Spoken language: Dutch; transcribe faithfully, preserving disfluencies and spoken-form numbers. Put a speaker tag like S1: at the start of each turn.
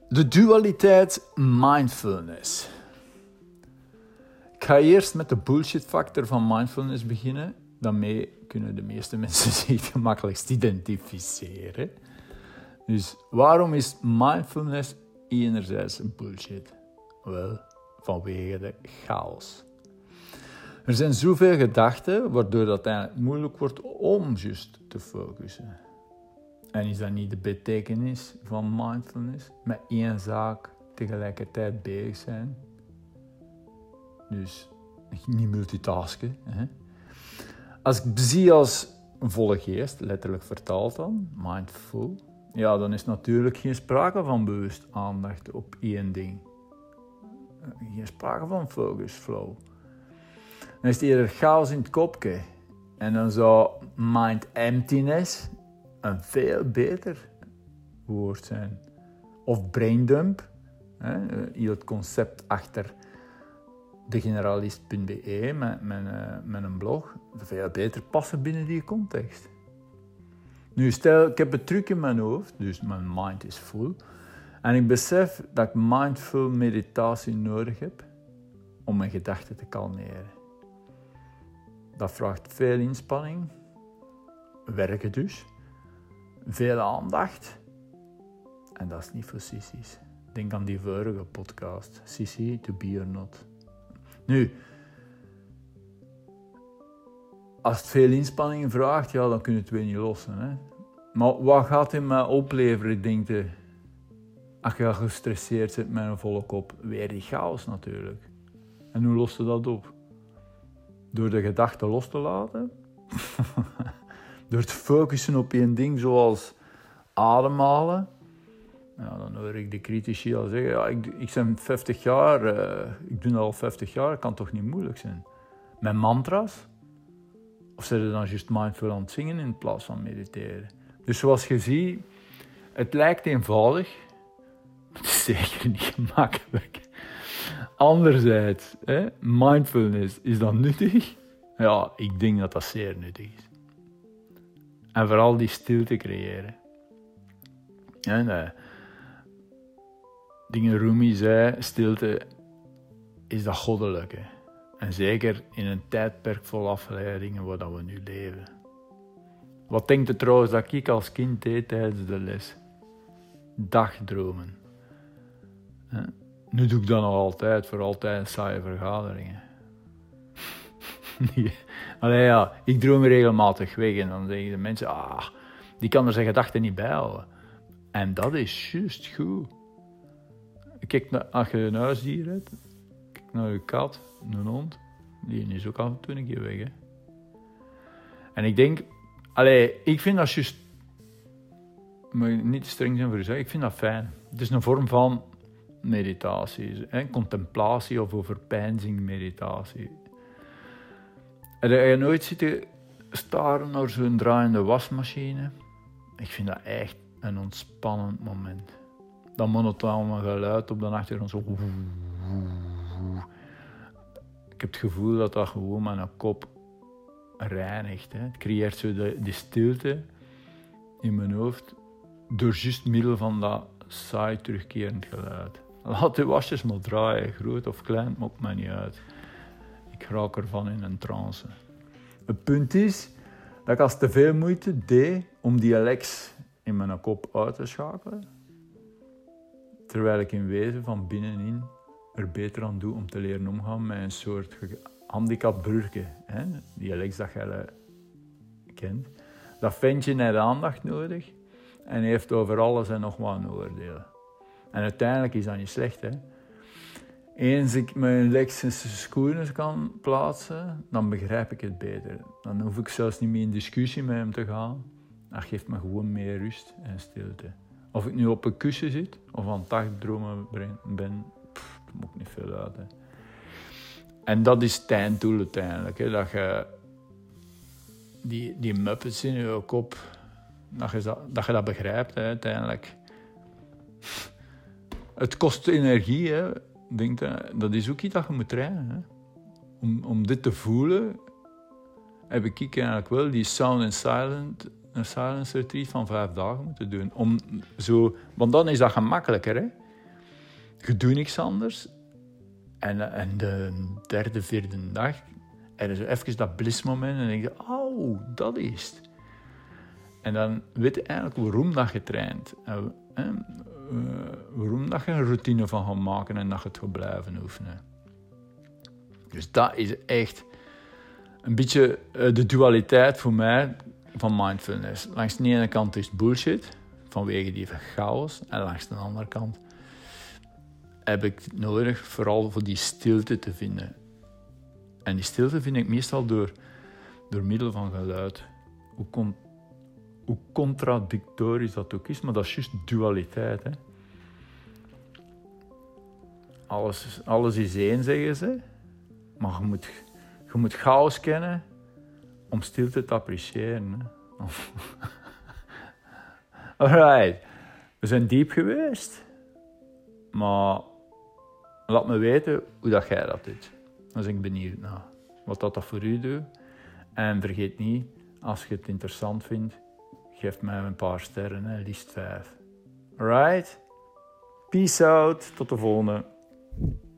S1: De dualiteit mindfulness. Ik ga eerst met de bullshit factor van mindfulness beginnen. Daarmee kunnen de meeste mensen zich het gemakkelijkst identificeren. Dus waarom is mindfulness enerzijds bullshit? Wel, vanwege de chaos. Er zijn zoveel gedachten, waardoor het eigenlijk moeilijk wordt om juist te focussen. En is dat niet de betekenis van mindfulness? Met één zaak tegelijkertijd bezig zijn. Dus niet multitasken. Hè? Als ik zie als een volle geest, letterlijk vertaald dan, mindful, ja, dan is natuurlijk geen sprake van bewust aandacht op één ding. Geen sprake van focus, flow. Dan is het eerder chaos in het kopje. En dan zou mind emptiness een veel beter woord zijn. Of braindump, hier het concept achter degeneralist punt be, met, met, met een blog, veel beter passen binnen die context. Nu, stel, ik heb het truc in mijn hoofd, dus mijn mind is full, en ik besef dat ik mindful meditatie nodig heb om mijn gedachten te kalmeren. Dat vraagt veel inspanning, werken dus, veel aandacht, en dat is niet voor sissies. Denk aan die vorige podcast, Sissy, to be or not. Nu, als het veel inspanning vraagt, ja, dan kun je het weer niet lossen. Hè? Maar wat gaat het mij opleveren, denk je, als je gestresseerd zit met een volle kop? Weer die chaos natuurlijk. En hoe lost je dat op? Door de gedachten los te laten? Door te focussen op één ding, zoals ademhalen? Ja, dan hoor ik de critici al zeggen, ja, ik, ik ben vijftig jaar, uh, ik doe dat al vijftig jaar, dat kan toch niet moeilijk zijn? Met mantra's? Of zijn ze dan juist mindful aan het zingen in plaats van mediteren? Dus zoals je ziet, het lijkt eenvoudig, maar het is zeker niet gemakkelijk. Anderzijds, hè, mindfulness, is dat nuttig? Ja, ik denk dat dat zeer nuttig is. En vooral die stilte creëren. En, uh, dingen Rumi zei, stilte is dat goddelijke. En zeker in een tijdperk vol afleidingen waar dat we nu leven. Wat denkt u trouwens dat ik als kind deed tijdens de les? Dagdromen. He? Nu doe ik dat nog altijd, voor altijd saaie vergaderingen. nee. Allee, ja, ik droom regelmatig weg en dan zeggen de mensen, ah, die kan er zijn gedachten niet bijhouden. En dat is juist goed. Kijk, als je een huisdier hebt, kijk naar je kat, een hond, die is ook af en toe een keer weg. Hè. En ik denk, allee, ik vind dat juist, maar niet te streng zijn voor jezelf, ik vind dat fijn. Het is een vorm van meditatie, hè, contemplatie of overpeinzing meditatie. En heb je nooit zitten staren naar zo'n draaiende wasmachine? Ik vind dat echt een ontspannend moment. Dat monotone geluid op de achtergrond zo. Ik heb het gevoel dat dat gewoon mijn kop reinigt. Hè. Het creëert zo de, de stilte in mijn hoofd door juist middel van dat saai terugkerend geluid. Laat de wasjes maar draaien, groot of klein, maakt mij niet uit. Ik raak ervan in een trance. Het punt is dat ik als te veel moeite deed om die Alex in mijn kop uit te schakelen, terwijl ik in wezen van binnenin er beter aan doe om te leren omgaan met een soort handicapbrugge. Hè? Die Alex dat jij kent. Dat ventje heeft aandacht nodig en heeft over alles en nog wat een oordeel. En uiteindelijk is dat niet slecht. Hè? Eens ik mijn Alex in zijn schoenen kan plaatsen, dan begrijp ik het beter. Dan hoef ik zelfs niet meer in discussie met hem te gaan. Dat geeft me gewoon meer rust en stilte. Of ik nu op een kussen zit of aan het dagdromen ben, pff, dat maakt niet veel uit. Hè. En dat is het einddoel uiteindelijk. Hè, dat je die, die muppets in je kop, dat je dat, dat, je dat begrijpt hè, uiteindelijk. Het kost energie, hè. Denk dat, dat is ook iets dat je moet trainen. Hè. Om, om dit te voelen, heb ik eigenlijk wel die sound and silent, een silence retreat van vijf dagen moeten doen. Om zo, want dan is dat gemakkelijker. Hè. je doet niks anders. En, en de derde, vierde dag, er is zo even dat blismoment en dan denk je, oh, dat is het. En dan weet je eigenlijk waarom dat je traint. En, eh, uh, waarom dat je een routine van gaat maken en dat je het gaat blijven oefenen. Dus dat is echt een beetje uh, de dualiteit voor mij van mindfulness. Langs de ene kant is het bullshit, vanwege die chaos. En langs de andere kant heb ik het nodig, vooral voor die stilte te vinden. En die stilte vind ik meestal door, door middel van geluid. Hoe, con, hoe contradictorisch dat ook is, maar dat is juist dualiteit. Hè? Alles, alles is één, zeggen ze. Maar je moet, je moet chaos kennen om stilte te appreciëren. Hè? Alright. We zijn diep geweest. Maar laat me weten hoe dat jij dat doet. Daar ben ik benieuwd naar. Wat dat, dat voor u doet. En vergeet niet, als je het interessant vindt, geef mij een paar sterren, hè, liefst vijf. Alright? Peace out. Tot de volgende.